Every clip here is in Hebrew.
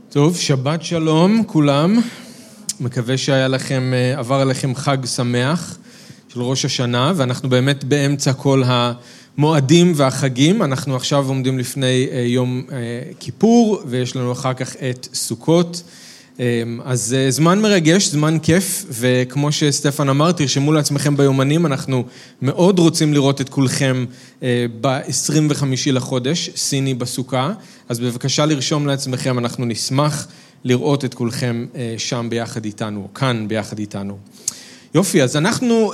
טוב, שבת שלום כולם. מקווה עבר עליכם חג שמח של ראש השנה, ואנחנו באמת באמצע כל המועדים והחגים. אנחנו עכשיו עומדים לפני יום כיפור, ויש לנו אחר כך את סוכות. אז זמן מרגש, זמן כיף, וכמו שסטפן אמר, תרשמו לעצמכם ביומנים, אנחנו מאוד רוצים לראות את כולכם ב-25 לחודש, סיני בסוכה, אז בבקשה לרשום לעצמכם, אנחנו נשמח לראות את כולכם שם ביחד איתנו, כאן ביחד איתנו. יופי, אז אנחנו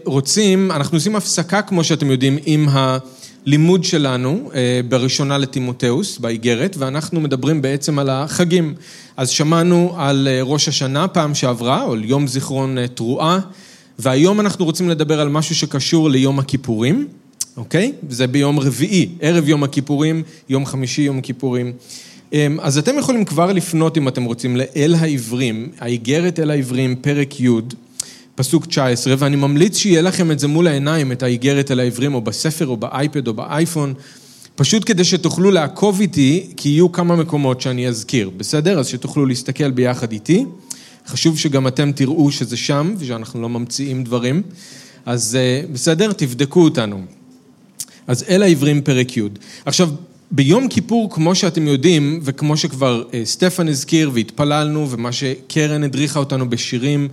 עושים הפסקה, כמו שאתם יודעים, עם הלימוד שלנו בראשונה לתימותאוס, באיגרת, ואנחנו מדברים בעצם על החגים. אז שמענו על ראש השנה פעם שעברה, או יום זיכרון תרועה, והיום אנחנו רוצים לדבר על משהו שקשור ליום הכיפורים, אוקיי? זה ביום רביעי, ערב יום הכיפורים, יום חמישי יום כיפורים. אז אתם יכולים כבר לפנות, אם אתם רוצים, לאל העברים, האיגרת אל העברים, פרק י', פסוק 19, ואני ממליץ שיהיה לכם את זה מול העיניים, את האיגרת אל העברים, או בספר, או באייפד, או באייפון, פשוט כדי שתוכלו לעקוב איתי, כי יהיו כמה מקומות שאני אזכיר, בסדר? אז שתוכלו להסתכל ביחד איתי. חשוב שגם אתם תראו שזה שם, ושאנחנו לא ממציאים דברים. אז בסדר? תבדקו אותנו. אז אל העברים פרק י'. עכשיו, ביום כיפור, כמו שאתם יודעים, וכמו שכבר סטפן הזכיר והתפללנו, ומה שקרן הדריכה אותנו בשירים,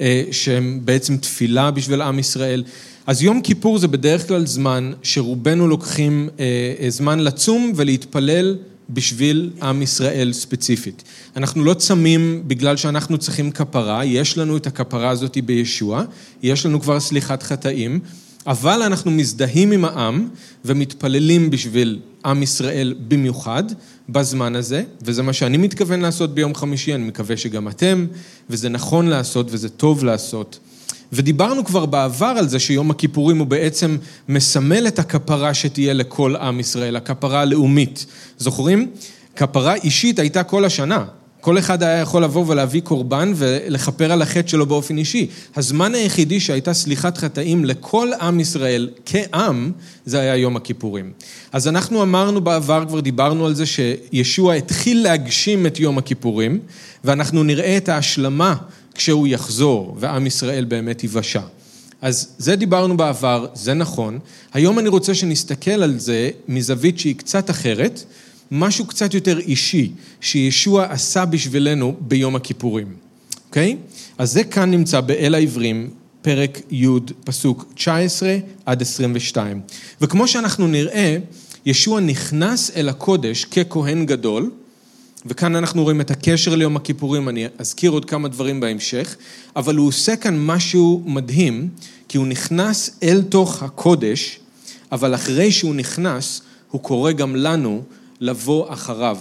שהם בעצם תפילה בשביל עם ישראל, אז יום כיפור זה בדרך כלל זמן שרובנו לוקחים זמן לצום ולהתפלל בשביל עם ישראל ספציפית. אנחנו לא צמים בגלל שאנחנו צריכים כפרה, יש לנו את הכפרה הזאת בישוע, יש לנו כבר סליחת חטאים, אבל אנחנו מזדהים עם העם ומתפללים בשביל עם ישראל במיוחד בזמן הזה, וזה מה שאני מתכוון לעשות ביום חמישי, אני מקווה שגם אתם, וזה נכון לעשות וזה טוב לעשות. ודיברנו כבר בעבר על זה שיום הכיפורים הוא בעצם מסמל את הכפרה שתהיה לכל עם ישראל, הכפרה הלאומית. זוכרים? כפרה אישית הייתה כל השנה. כל אחד היה יכול לבוא ולהביא קורבן ולחפר על החטא שלו באופן אישי. הזמן היחידי שהייתה סליחת חטאים לכל עם ישראל כעם, זה היה יום הכיפורים. אז אנחנו אמרנו בעבר, כבר דיברנו על זה שישוע התחיל להגשים את יום הכיפורים, ואנחנו נראה את ההשלמה כשהוא יחזור, ועם ישראל באמת יבשע. אז זה דיברנו בעבר, זה נכון. היום אני רוצה שנסתכל על זה מזווית שהיא קצת אחרת, משהו קצת יותר אישי, שישוע עשה בשבילנו ביום הכיפורים. אוקיי? אז זה כאן נמצא באל העברים, פרק י', פסוק 19 עד 22. וכמו שאנחנו נראה, ישוע נכנס אל הקודש ככהן גדול, וכאן אנחנו רואים את הקשר ליום הכיפורים, אני אזכיר עוד כמה דברים בהמשך, אבל הוא עושה כאן משהו מדהים, כי הוא נכנס אל תוך הקודש, אבל אחרי שהוא נכנס, הוא קורא גם לנו לבוא אחריו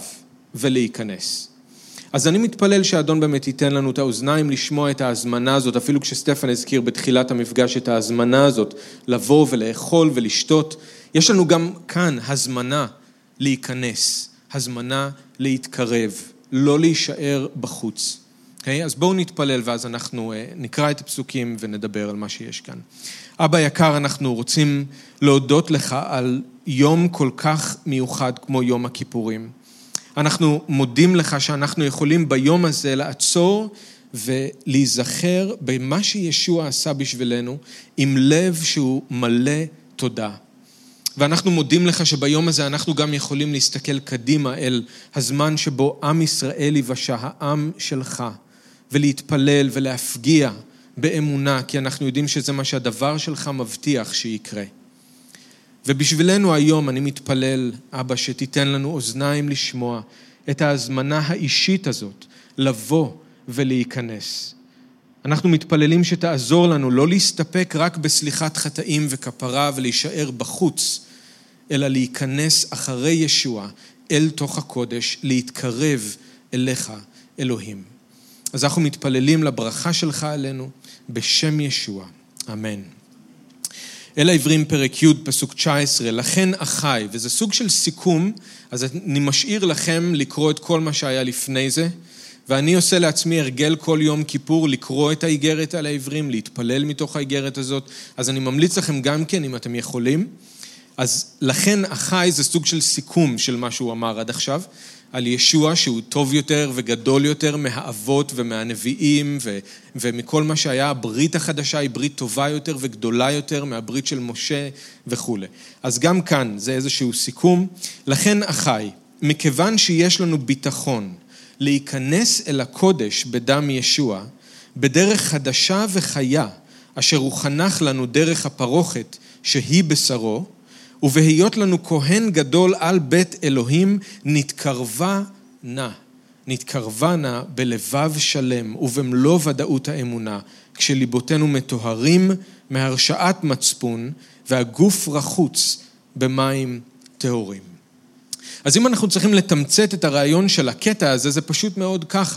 ולהיכנס. אז אני מתפלל שהאדון באמת ייתן לנו את האוזניים לשמוע את ההזמנה הזאת, אפילו כשסטפן הזכיר בתחילת המפגש את ההזמנה הזאת, לבוא ולאכול ולשתות. יש לנו גם כאן הזמנה להיכנס, הזמנה להתקרב, לא להישאר בחוץ. Okay? אז בואו נתפלל ואז אנחנו נקרא את הפסוקים ונדבר על מה שיש כאן. אבא יקר, אנחנו רוצים להודות לך על יום כל כך מיוחד כמו יום הכיפורים. אנחנו מודים לך שאנחנו יכולים ביום הזה לעצור ולהיזכר במה שישוע עשה בשבילנו, עם לב שהוא מלא תודה. ואנחנו מודים לך שביום הזה אנחנו גם יכולים להסתכל קדימה אל הזמן שבו עם ישראל יבשע, העם שלך, ולהתפלל ולהפגיע באמונה, כי אנחנו יודעים שזה מה שהדבר שלך מבטיח שיקרה. ובשבילנו היום אני מתפלל, אבא, שתיתן לנו אוזניים לשמוע את ההזמנה האישית הזאת, לבוא ולהיכנס. אנחנו מתפללים שתעזור לנו לא להסתפק רק בסליחת חטאים וכפרה ולהישאר בחוץ, אלא להיכנס אחרי ישוע אל תוך הקודש, להתקרב אליך, אלוהים. אז אנחנו מתפללים לברכה שלך עלינו בשם ישוע. אמן. אל העברים פרק י' פסוק 19, לכן אחי, וזה סוג של סיכום, אז אני משאיר לכם לקרוא את כל מה שהיה לפני זה, ואני עושה לעצמי הרגל כל יום כיפור לקרוא את האיגרת על העברים, להתפלל מתוך האיגרת הזאת, אז אני ממליץ לכם גם כן אם אתם יכולים. אז לכן אחי זה סוג של סיכום של מה שהוא אמר עד עכשיו, על ישוע שהוא טוב יותר וגדול יותר מהאבות ומהנביאים ומכל מה שהיה. הברית החדשה היא ברית טובה יותר וגדולה יותר מהברית של משה וכו'. אז גם כאן זה איזשהו סיכום. לכן אחי, מכיוון שיש לנו ביטחון להיכנס אל הקודש בדם ישוע, בדרך חדשה וחיה, אשר הוא חנך לנו דרך הפרוכת שהיא בשרו, ובהיות לנו כהן גדול על בית אלוהים, נתקרבה נא בלבב שלם ובמלוא ודאות האמונה, כשליבותינו מטוהרים מהרשעת מצפון, והגוף רחוץ במים טהורים. אז אם אנחנו צריכים לתמצת את הרעיון של הקטע הזה, זה פשוט מאוד ככה.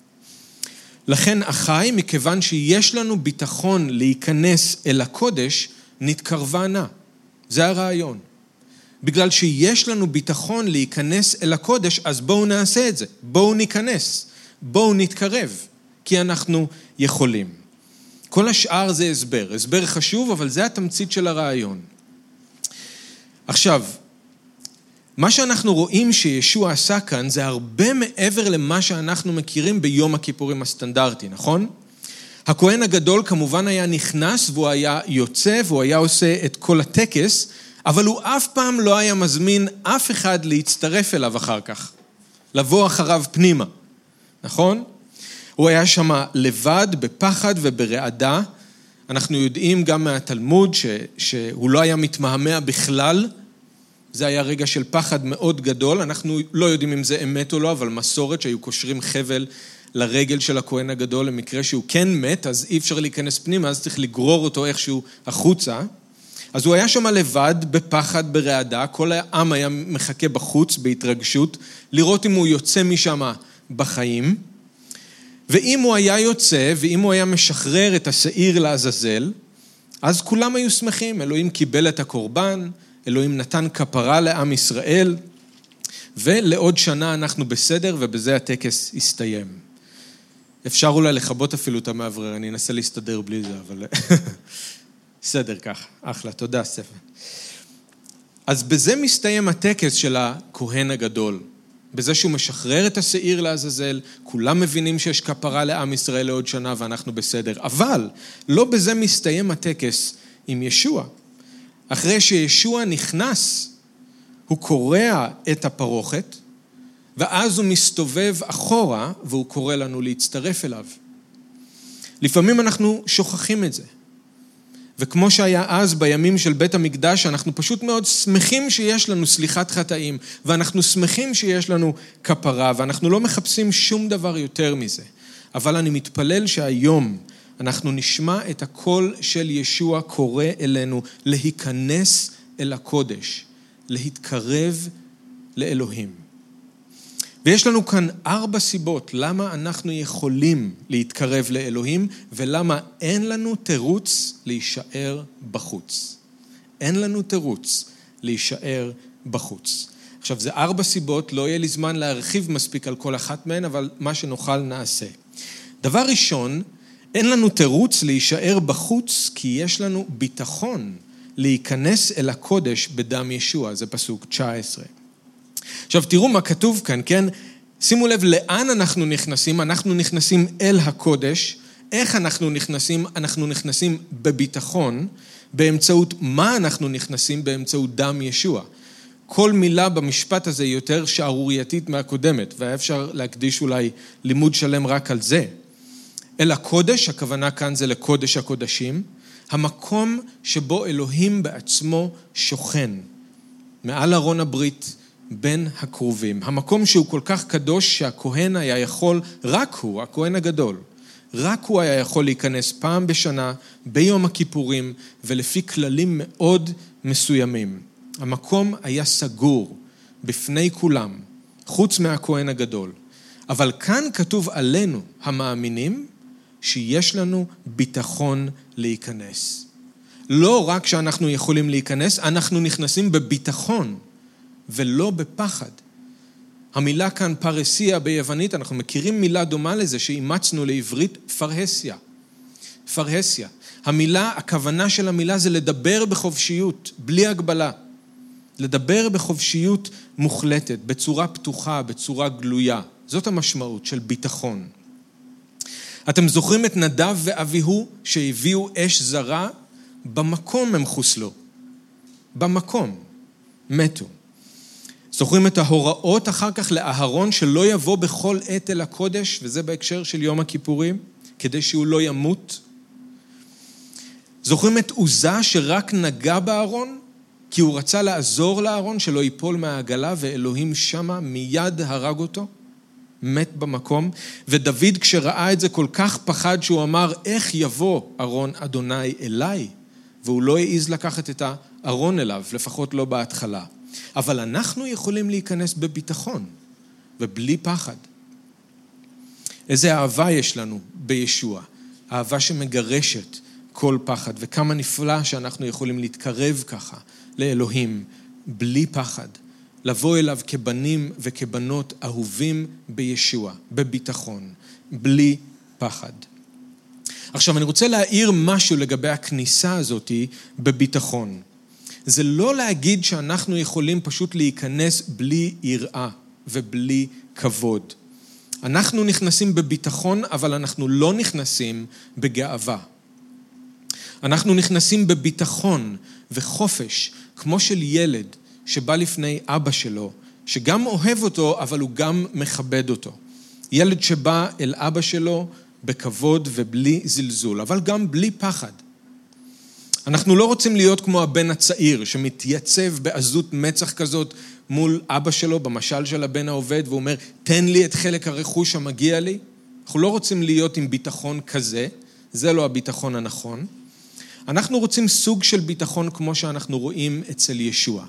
לכן אחי, מכיוון שיש לנו ביטחון להיכנס אל הקודש, נתקרבה נא. זה הרעיון. בגלל שיש לנו ביטחון להיכנס אל הקודש, אז בואו נעשה את זה. בואו ניכנס. בואו נתקרב. כי אנחנו יכולים. כל השאר זה הסבר. הסבר חשוב, אבל זה התמצית של הרעיון. עכשיו, מה שאנחנו רואים שישוע עשה כאן, זה הרבה מעבר למה שאנחנו מכירים ביום הכיפורים הסטנדרטי, נכון? הכהן הגדול כמובן היה נכנס והוא היה יוצא והוא היה עושה את כל הטקס, אבל הוא אף פעם לא היה מזמין אף אחד להצטרף אליו אחר כך, לבוא אחריו פנימה, נכון? הוא היה שם לבד, בפחד וברעדה. אנחנו יודעים גם מהתלמוד שהוא לא היה מתמהמה בכלל. זה היה רגע של פחד מאוד גדול. אנחנו לא יודעים אם זה אמת או לא, אבל מסורת שהיו קושרים חבל לרגל של הכהן הגדול, למקרה שהוא כן מת, אז אי אפשר להיכנס פנימה, אז צריך לגרור אותו איכשהו החוצה. אז הוא היה שם לבד, בפחד, ברעדה, כל העם היה מחכה בחוץ, בהתרגשות, לראות אם הוא יוצא משם בחיים, ואם הוא היה יוצא, ואם הוא היה משחרר את השעיר לעזאזל, אז כולם היו שמחים, אלוהים קיבל את הקורבן, אלוהים נתן כפרה לעם ישראל, ולעוד שנה אנחנו בסדר, ובזה הטקס הסתיים. אפשר אולי לחבות אפילו את המאוורר, אני אנסה להסתדר בלי זה, אבל בסדר כך, אחלה, תודה סטפן. אז בזה מסתיים הטקס של הכהן הגדול, בזה שהוא משחרר את השעיר לעזאזל, כולם מבינים שיש כפרה לעם ישראל לעוד שנה ואנחנו בסדר, אבל לא בזה מסתיים הטקס עם ישוע. אחרי שישוע נכנס, הוא קורע את הפרוכת, ואז הוא מסתובב אחורה, והוא קורא לנו להצטרף אליו. לפעמים אנחנו שוכחים את זה. וכמו שהיה אז בימים של בית המקדש, אנחנו פשוט מאוד שמחים שיש לנו סליחת חטאים, ואנחנו שמחים שיש לנו כפרה, ואנחנו לא מחפשים שום דבר יותר מזה. אבל אני מתפלל שהיום אנחנו נשמע את הקול של ישוע קורא אלינו להיכנס אל הקודש, להתקרב לאלוהים. ויש לנו כאן 4 סיבות למה אנחנו יכולים להתקרב לאלוהים, ולמה אין לנו תירוץ להישאר בחוץ. אין לנו תירוץ להישאר בחוץ. עכשיו, זה 4 סיבות, לא יהיה לי זמן להרחיב מספיק על כל אחת מהן, אבל מה שנוכל נעשה. דבר ראשון, אין לנו תירוץ להישאר בחוץ, כי יש לנו ביטחון להיכנס אל הקודש בדם ישוע. זה פסוק 19. עכשיו תראו מה כתוב כאן, כן? שימו לב לאן אנחנו נכנסים. אנחנו נכנסים אל הקודש. איך אנחנו נכנסים? אנחנו נכנסים בביטחון. באמצעות מה אנחנו נכנסים? באמצעות דם ישוע. כל מילה במשפט הזה היא יותר שערורייתית מהקודמת, והיה אפשר להקדיש אולי לימוד שלם רק על זה. אל הקודש, הכוונה כאן זה לקודש הקודשים, המקום שבו אלוהים בעצמו שוכן, מעל ארון הברית בין הקרובים. המקום שהוא כל כך קדוש שהכהן היה יכול, רק הוא, הכהן הגדול, רק הוא היה יכול להיכנס פעם בשנה, ביום הכיפורים, ולפי כללים מאוד מסוימים. המקום היה סגור בפני כולם, חוץ מהכהן הגדול. אבל כאן כתוב עלינו, המאמינים, שיש לנו ביטחון להיכנס. לא רק שאנחנו יכולים להיכנס, אנחנו נכנסים בביטחון ולא בפחד. המילה כאן פרסיה ביוונית, אנחנו מכירים מילה דומה לזה שאימצנו לעברית פרהסיה. פרהסיה. המילה, הכוונה של המילה זה לדבר בחופשיות, בלי הגבלה. לדבר בחופשיות מוחלטת, בצורה פתוחה, בצורה גלויה. זאת המשמעות של ביטחון. אתם זוכרים את נדב ואביהו שהביאו אש זרה? במקום הם חוסלו. במקום. מתו. זוכרים את ההוראות אחר כך לאהרון שלא יבוא בכל עת אל הקודש, וזה בהקשר של יום הכיפורים, כדי שהוא לא ימות. זוכרים את עוזה שרק נגע באהרון, כי הוא רצה לעזור לאהרון שלא ייפול מהעגלה, ואלוהים שמה מיד הרג אותו, מת במקום. ודוד כשראה את זה כל כך פחד שהוא אמר, איך יבוא ארון אדוני אליי? והוא לא העז לקחת את הארון אליו, לפחות לא בהתחלה. אבל אנחנו יכולים להיכנס בביטחון ובלי פחד. איזה אהבה יש לנו בישוע, אהבה שמגרשת כל פחד, וכמה נפלא שאנחנו יכולים להתקרב ככה לאלוהים בלי פחד, לבוא אליו כבנים וכבנות אהובים בישוע, בביטחון, בלי פחד. עכשיו אני רוצה להעיר משהו לגבי הכניסה הזאת בביטחון. זה לא להגיד שאנחנו יכולים פשוט להיכנס בלי יראה ובלי כבוד. אנחנו נכנסים בביטחון, אבל אנחנו לא נכנסים בגאווה. אנחנו נכנסים בביטחון וחופש, כמו של ילד שבא לפני אבא שלו, שגם אוהב אותו, אבל הוא גם מכבד אותו. ילד שבא אל אבא שלו בכבוד ובלי זלזול, אבל גם בלי פחד. אנחנו לא רוצים להיות כמו הבן הצעיר שמתייצב בעזות מצח כזאת מול אבא שלו, במשל של הבן העובד, והוא אומר, תן לי את חלק הרכוש המגיע לי. אנחנו לא רוצים להיות עם ביטחון כזה, זה לא הביטחון הנכון. אנחנו רוצים סוג של ביטחון כמו שאנחנו רואים אצל ישוע.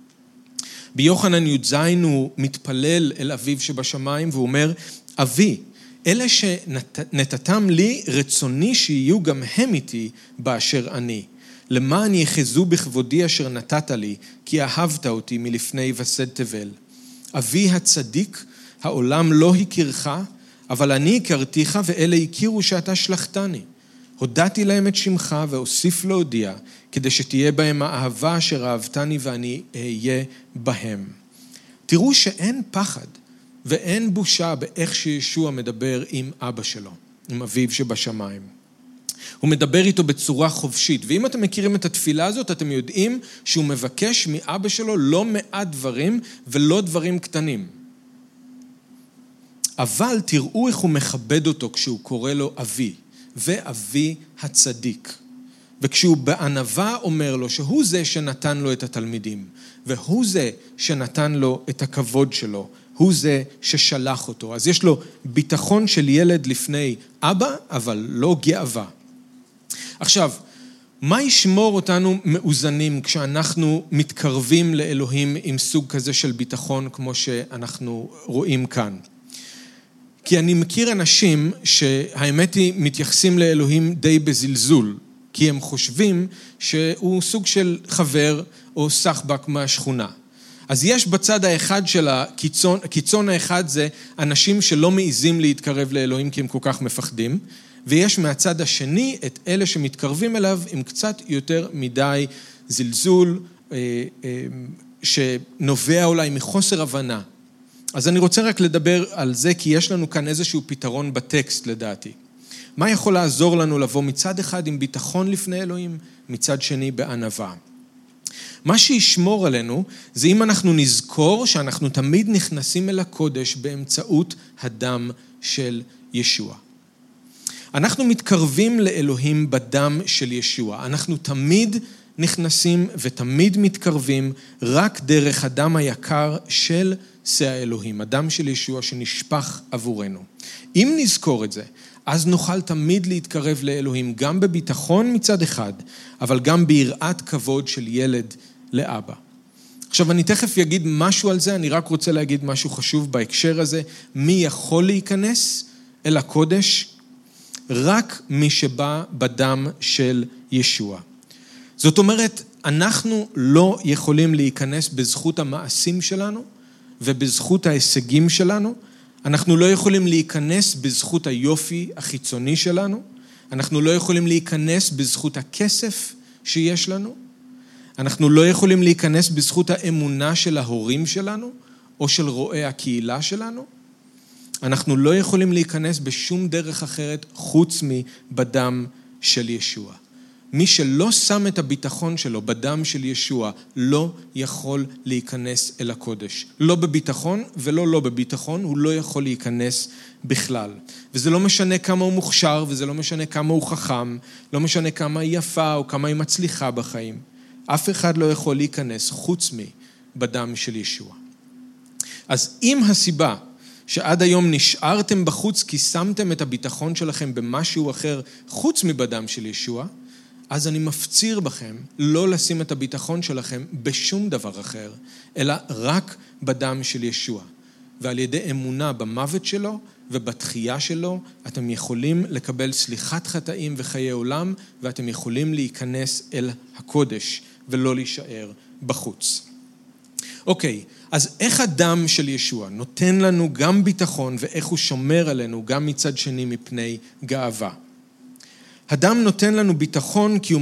ביוחנן י"ז הוא מתפלל אל אביו שבשמיים והוא אומר, אבי, אלה שנתתם לי רצוני שיהיו גם הם איתי באשר אני. למען יחזו בכבודי אשר נתת לי, כי אהבת אותי מלפני וסד תבל. אבי הצדיק, העולם לא הכירך, אבל אני הכרתיך ואלה הכירו שאתה שלחתני. הודעתי להם את שמך ואוסיף להודיע, כדי שתהיה בהם האהבה אשר אהבתני ואני אהיה בהם. תראו שאין פחד ואין בושה באיך שישוע מדבר עם אבא שלו, עם אביו שבשמיים. הוא מדבר איתו בצורה חופשית, ואם אתם מכירים את התפילה הזאת, אתם יודעים שהוא מבקש מאבא שלו לא מעט דברים ולא דברים קטנים. אבל תראו איך הוא מכבד אותו כשהוא קורא לו אבי, ואבי הצדיק. וכשהוא בענווה אומר לו שהוא זה שנתן לו את התלמידים, והוא זה שנתן לו את הכבוד שלו, הוא זה ששלח אותו. אז יש לו ביטחון של ילד לפני אבא, אבל לא גאווה. עכשיו, מה ישמור אותנו מאוזנים כשאנחנו מתקרבים לאלוהים עם סוג כזה של ביטחון כמו שאנחנו רואים כאן? כי אני מכיר אנשים שהאמת היא מתייחסים לאלוהים די בזלזול, כי הם חושבים שהוא סוג של חבר או סחבק מהשכונה. אז יש בצד האחד של הקיצון האחד זה אנשים שלא מעיזים להתקרב לאלוהים כי הם כל כך מפחדים, ויש מהצד השני את אלה שמתקרבים אליו עם קצת יותר מדי זלזול, שנובע אולי מחוסר הבנה. אז אני רוצה רק לדבר על זה, כי יש לנו כאן איזשהו פתרון בטקסט לדעתי. מה יכול לעזור לנו לבוא מצד אחד עם ביטחון לפני אלוהים, מצד שני בענווה? מה שישמור עלינו זה אם אנחנו נזכור שאנחנו תמיד נכנסים אל הקודש באמצעות הדם של ישוע. אנחנו מתקרבים לאלוהים בדם של ישוע. אנחנו תמיד נכנסים ותמיד מתקרבים רק דרך הדם היקר של שא האלוהים, הדם של ישוע שנשפך עבורנו. אם נזכור את זה, אז נוכל תמיד להתקרב לאלוהים גם בביטחון מצד אחד, אבל גם ביראת כבוד של ילד לאבא. עכשיו אני תכף אגיד משהו על זה, אני רק רוצה להגיד משהו חשוב בהקשר הזה. מי יכול להיכנס אל הקודש? רק מי שבא בדם של ישוע. זאת אומרת, אנחנו לא יכולים להיכנס בזכות המעשים שלנו ובזכות ההישגים שלנו. אנחנו לא יכולים להיכנס בזכות היופי החיצוני שלנו. אנחנו לא יכולים להיכנס בזכות הכסף שיש לנו. אנחנו לא יכולים להיכנס בזכות האמונה של ההורים שלנו, או של רואי הקהילה שלנו. אנחנו לא יכולים להיכנס בשום דרך אחרת חוץ מבדם של ישוע. מי שלא שם את הביטחון שלו בדם של ישוע, לא יכול להיכנס אל הקודש. לא בביטחון ולא בביטחון, הוא לא יכול להיכנס בכלל. וזה לא משנה כמה הוא מוכשר, וזה לא משנה כמה הוא חכם, לא משנה כמה היא יפה או כמה היא מצליחה בחיים. אף אחד לא יכול להיכנס חוץ מבדם של ישוע. אז אם הסיבה שעד היום נשארתם בחוץ כי שמתם את הביטחון שלכם במשהו אחר חוץ מבדם של ישוע, אז אני מפציר בכם לא לשים את הביטחון שלכם בשום דבר אחר, אלא רק בדם של ישוע. ועל ידי אמונה במוות שלו ובתחייה שלו, אתם יכולים לקבל סליחת חטאים וחיי עולם, ואתם יכולים להיכנס אל הקודש ולא להישאר בחוץ. אוקיי, אז איך הדם של ישוע נותן לנו גם ביטחון, ואיך הוא שומר עלינו גם מצד שני מפני גאווה? הדם נותן לנו ביטחון כי הוא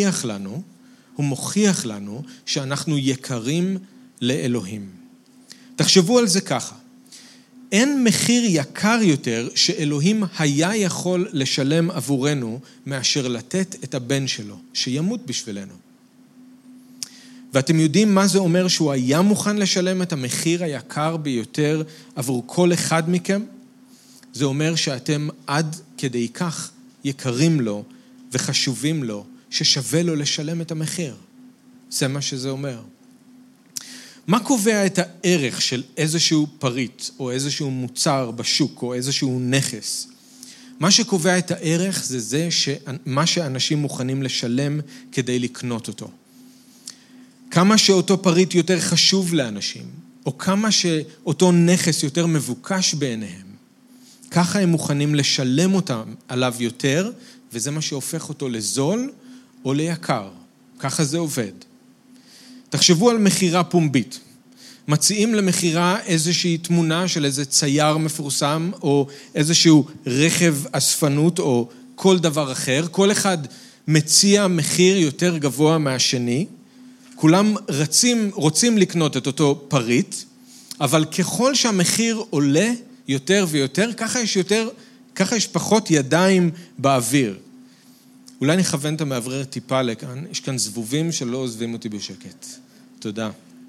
מוכיח לנו שאנחנו יקרים לאלוהים. תחשבו על זה ככה, אין מחיר יקר יותר שאלוהים היה יכול לשלם עבורנו מאשר לתת את הבן שלו, שימות בשבילנו. ואתם יודעים מה זה אומר שהוא היה מוכן לשלם את המחיר היקר ביותר עבור כל אחד מכם? זה אומר שאתם עד כדי כך יקרים לו וחשובים לו, ששווה לו לשלם את המחיר. זה מה שזה אומר. מה קובע את הערך של איזשהו פריט, או איזשהו מוצר בשוק, או איזשהו נכס? מה שקובע את הערך זה מה שאנשים מוכנים לשלם כדי לקנות אותו. כמה שאותו פריט יותר חשוב לאנשים, או כמה שאותו נכס יותר מבוקש בעיניהם, ככה הם מוכנים לשלם אותם עליו יותר, וזה מה שהופך אותו לזול או ליקר. ככה זה עובד. תחשבו על מחירה פומבית. מציעים למחירה איזושהי תמונה של איזה צייר מפורסם, או איזשהו רכב אספנות, או כל דבר אחר. כל אחד מציע מחיר יותר גבוה מהשני. כולם רוצים לקנות את אותו פריט, אבל ככל שהמחיר עולה יותר ויותר, ככה יש פחות ידיים באוויר. אולי נכוון את המאוורר טיפה לכאן, יש כאן זבובים שלא עוזבים אותי בשקט. תודה.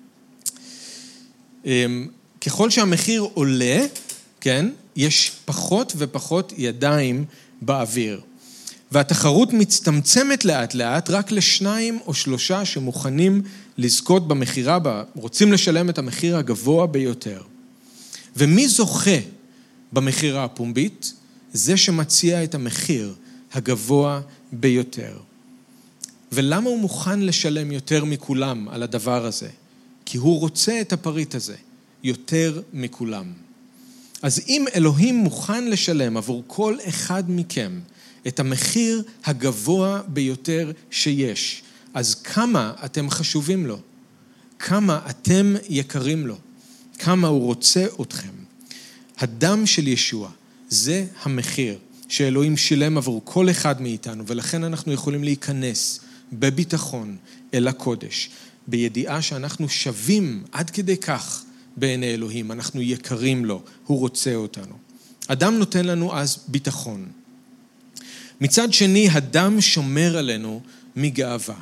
ככל שהמחיר עולה, כן, יש פחות ופחות ידיים באוויר. והתחרות מצטמצמת לאט לאט רק לשניים או שלושה שמוכנים לזכות במחירה, רוצים לשלם את המחיר הגבוה ביותר. ומי זוכה במחירה הפומבית? זה שמציע את המחיר הגבוה ביותר. ולמה הוא מוכן לשלם יותר מכולם על הדבר הזה? כי הוא רוצה את הפריט הזה יותר מכולם. אז אם אלוהים מוכן לשלם עבור כל אחד מכם את המחיר הגבוה ביותר שיש, אז כמה אתם חשובים לו? כמה אתם יקרים לו? כמה הוא רוצה אתכם? הדם של ישוע זה המחיר שאלוהים שילם עבור כל אחד מאיתנו, ולכן אנחנו יכולים להיכנס בביטחון אל הקודש, בידיעה שאנחנו שווים עד כדי כך בעיני אלוהים, אנחנו יקרים לו, הוא רוצה אותנו. הדם נותן לנו אז ביטחון. מצד שני, הדם שומר עלינו מגאווה.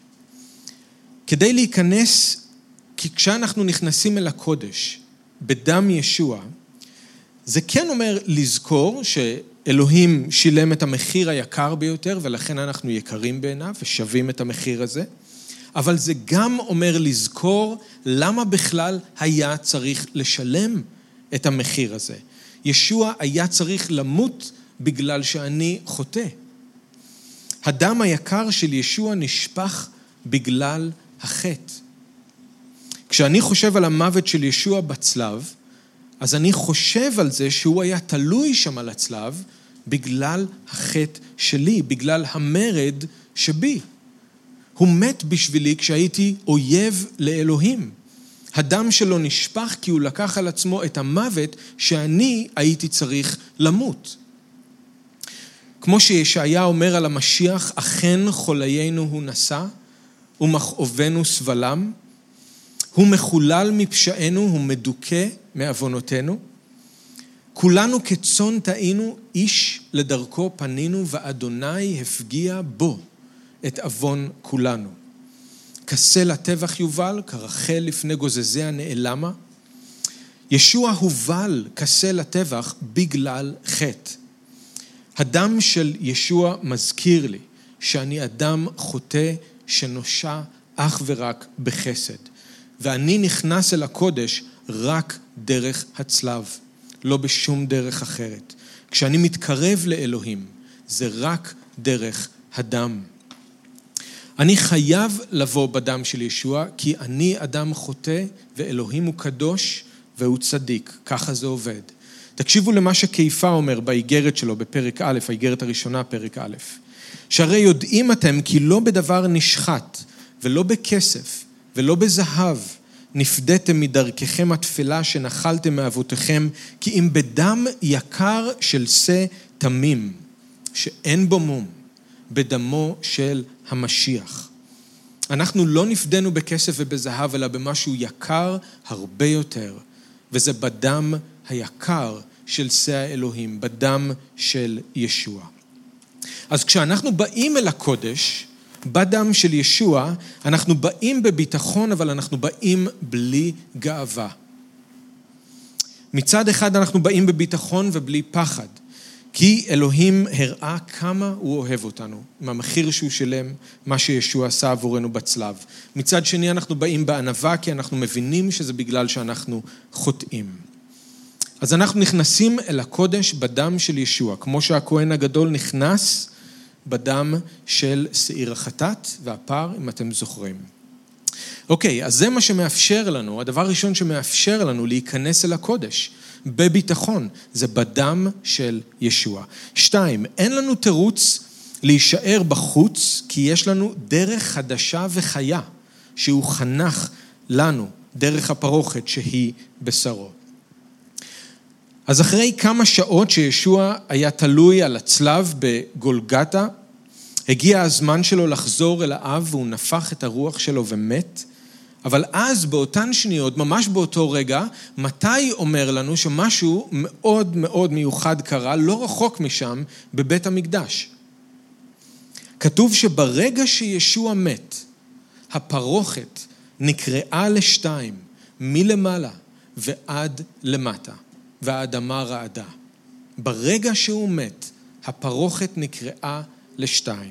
כדי להיכנס, כי כשאנחנו נכנסים אל הקודש, בדם ישוע, זה כן אומר לזכור שאלוהים שילם את המחיר היקר ביותר, ולכן אנחנו יקרים בעיניו ושווים את המחיר הזה. אבל זה גם אומר לזכור למה בכלל היה צריך לשלם את המחיר הזה. ישוע היה צריך למות בגלל שאני חוטא. הדם היקר של ישוע נשפך בגלל החטא. כשאני חושב על המוות של ישוע בצלב, אז אני חושב על זה שהוא היה תלוי שם על הצלב בגלל החטא שלי, בגלל המרד שבי. הוא מת בשבילי כשהייתי אויב לאלוהים. הדם שלו נשפך כי הוא לקח על עצמו את המוות שאני הייתי צריך למות. כמו שישעיה אומר על המשיח, אכן חוליינו הוא נשא, ומכאובנו סבלם. הוא מחולל מפשענו, הוא מדוכא מעוונותינו. כולנו כצאן טעינו, איש לדרכו פנינו, ואדוני הפגיע בו את עוון כולנו. כסה לטבח יובל, כרחל לפני גוזזיה נעלמה. ישוע הובל כסה לטבח בגלל חטא. הדם של ישוע מזכיר לי שאני אדם חוטא שנושע אך ורק בחסד. ואני נכנס אל הקודש רק דרך הצלב, לא בשום דרך אחרת. כשאני מתקרב לאלוהים, זה רק דרך הדם. אני חייב לבוא בדם של ישוע, כי אני אדם חוטא, ואלוהים הוא קדוש והוא צדיק. ככה זה עובד. תקשיבו למה שכיפה אומר באיגרת שלו, בפרק א', האיגרת הראשונה, פרק א'. שהרי יודעים אתם כי לא בדבר נשחט, ולא בכסף, ולא בזהב, נפדתם מדרככם התפלה שנחלתם מאבותיכם, כי אם בדם יקר של שא תמים, שאין בו מום, בדמו של המשיח. אנחנו לא נפדנו בכסף ובזהב, אלא במשהו יקר הרבה יותר, וזה בדם היקר של שא האלוהים, בדם של ישוע. אז כשאנחנו באים אל הקודש, בדם של ישוע, אנחנו באים בביטחון, אבל אנחנו באים בלי גאווה. מצד אחד אנחנו באים בביטחון ובלי פחד, כי אלוהים הראה כמה הוא אוהב אותנו, עם המחיר שהוא שלם, מה שישוע עשה עבורנו בצלב. מצד שני אנחנו באים בענווה, כי אנחנו מבינים שזה בגלל שאנחנו חוטאים. אז אנחנו נכנסים אל הקודש בדם של ישוע, כמו שהכהן הגדול נכנס בדם של שעיר החטאת והפר, אם אתם זוכרים. אוקיי, אז זה מה שמאפשר לנו, הדבר הראשון שמאפשר לנו להיכנס אל הקודש, בביטחון, זה בדם של ישוע. 2, אין לנו תירוץ להישאר בחוץ, כי יש לנו דרך חדשה וחיה, שהוא חנך לנו, דרך הפרוכת שהיא בשרו. אז אחרי כמה שעות שישוע היה תלוי על הצלב בגולגתה, הגיע הזמן שלו לחזור אל האב, והוא נפח את הרוח שלו ומת. אבל אז באותן שניות, ממש באותו רגע, מתי אומר לנו שמשהו מאוד מאוד מיוחד קרה, לא רחוק משם, בבית המקדש. כתוב שברגע שישוע מת, הפרוכת נקראה לשתיים, מלמעלה ועד למטה. והאדמה רעדה. ברגע שהוא מת, הפרוכת נקראה לשתיים.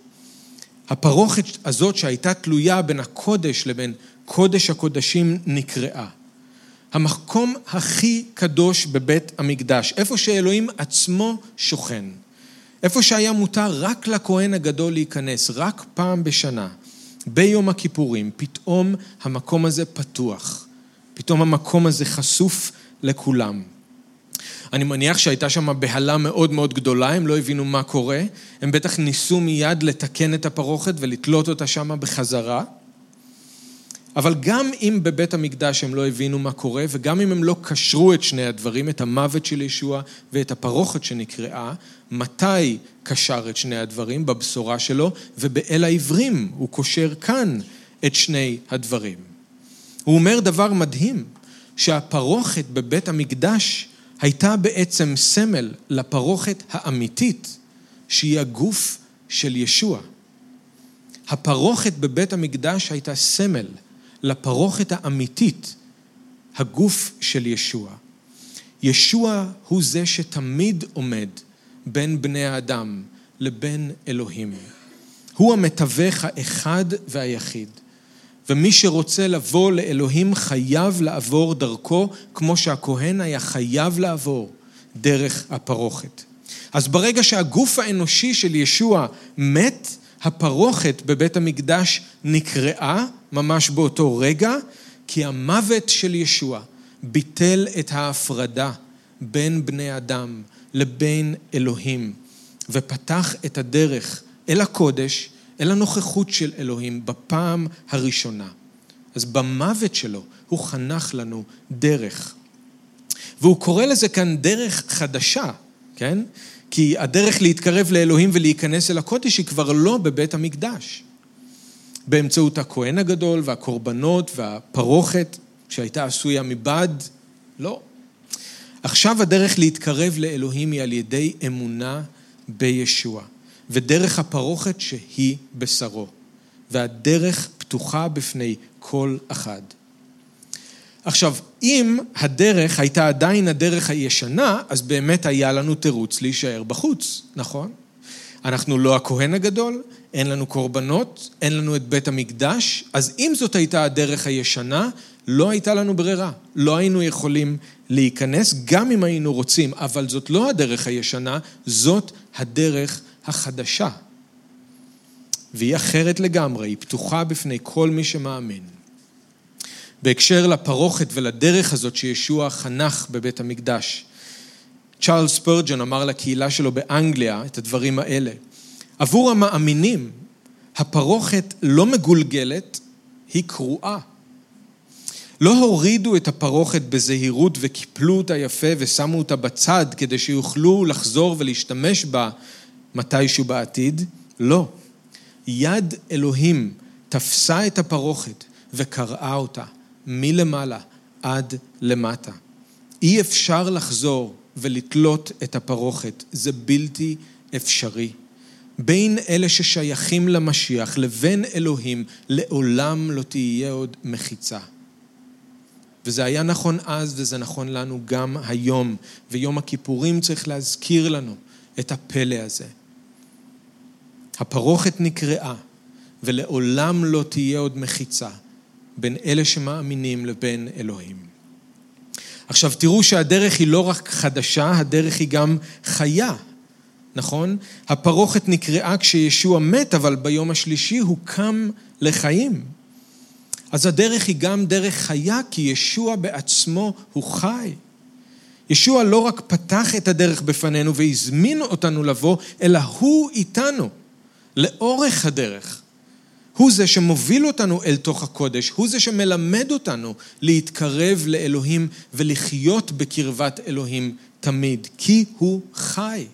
הפרוכת הזאת שהייתה תלויה בין הקודש לבין קודש הקודשים נקראה. המקום הכי קדוש בבית המקדש, איפה שאלוהים עצמו שוכן. איפה שהיה מותר רק לכהן הגדול להיכנס, רק פעם בשנה, ביום הכיפורים, פתאום המקום הזה פתוח. פתאום המקום הזה חשוף לכולם. אני מניח שהייתה שם בהלה מאוד מאוד גדולה, הם לא הבינו מה קורה, הם בטח ניסו מיד לתקן את הפרוכת ולתלות אותה שם בחזרה, אבל גם אם בבית המקדש הם לא הבינו מה קורה, וגם אם הם לא קשרו את שני הדברים, את המוות של ישוע ואת הפרוכת שנקראה, מתי קשר את שני הדברים? בבשורה שלו, ובאל העברים הוא קושר כאן את שני הדברים. הוא אומר דבר מדהים, שהפרוכת בבית המקדש הייתה בעצם סמל לפרוכת האמיתית, שהיא הגוף של ישוע. הפרוכת בבית המקדש הייתה סמל לפרוכת האמיתית, הגוף של ישוע. ישוע הוא זה שתמיד עומד בין בני האדם לבין אלוהים. הוא המתווך האחד והיחיד. ומי שרוצה לבוא לאלוהים חייב לעבור דרכו, כמו שהכהן היה חייב לעבור דרך הפרוכת. אז ברגע שהגוף האנושי של ישוע מת, הפרוכת בבית המקדש נקראה ממש באותו רגע, כי המוות של ישוע ביטל את ההפרדה בין בני אדם לבין אלוהים, ופתח את הדרך אל הקודש, אל הנוכחות של אלוהים בפעם הראשונה. אז במוות שלו הוא חנך לנו דרך. והוא קורא לזה כאן דרך חדשה, כן? כי הדרך להתקרב לאלוהים ולהיכנס אל הקודש היא כבר לא בבית המקדש. באמצעות הכהן הגדול והקורבנות והפרוכת שהייתה עשויה מבד? לא. עכשיו הדרך להתקרב לאלוהים היא על ידי אמונה בישוע, ודרך הפרוכת שהיא בשרו, והדרך פתוחה בפני כל אחד. עכשיו, אם הדרך הייתה עדיין הדרך הישנה, אז באמת היה לנו תירוץ להישאר בחוץ, נכון? אנחנו לא הכהן הגדול, אין לנו קורבנות, אין לנו את בית המקדש, אז אם זאת הייתה הדרך הישנה, לא הייתה לנו ברירה, לא היינו יכולים להיכנס, גם אם היינו רוצים, אבל זאת לא הדרך הישנה, זאת הדרך החדשה. והיא אחרת לגמרי, היא פתוחה בפני כל מי שמאמין. בהקשר לפרוכת ולדרך הזאת שישוע חנך בבית המקדש, צ'ארלס ספרג'ן אמר לקהילה שלו באנגליה את הדברים האלה. עבור המאמינים, הפרוכת לא מגולגלת, היא קרועה. לא הורידו את הפרוכת בזהירות וקיפלו אותה יפה ושמו אותה בצד כדי שיוכלו לחזור ולהשתמש בה מתישהו בעתיד. לא. יד אלוהים תפסה את הפרוכת וקראה אותה מלמעלה עד למטה. אי אפשר לחזור ולתלות את הפרוכת, זה בלתי אפשרי. בין אלה ששייכים למשיח לבין אלוהים לעולם לא תהיה עוד מחיצה. וזה היה נכון אז וזה נכון לנו גם היום, ויום הכיפורים צריך להזכיר לנו את הפלא הזה. הפרוכת נקראה ולעולם לא תהיה עוד מחיצה בין אלה שמאמינים לבין אלוהים. עכשיו תראו שהדרך היא לא רק חדשה, הדרך היא גם חיה, נכון? הפרוכת נקראה כשישוע מת, אבל ביום השלישי הוא קם לחיים. אז הדרך היא גם דרך חיה, כי ישוע בעצמו הוא חי. ישוע לא רק פתח את הדרך בפנינו והזמין אותנו לבוא, אלא הוא איתנו, לאורך הדרך. הוא זה שמוביל אותנו אל תוך הקודש, הוא זה שמלמד אותנו להתקרב לאלוהים ולחיות בקרבת אלוהים תמיד, כי הוא חי.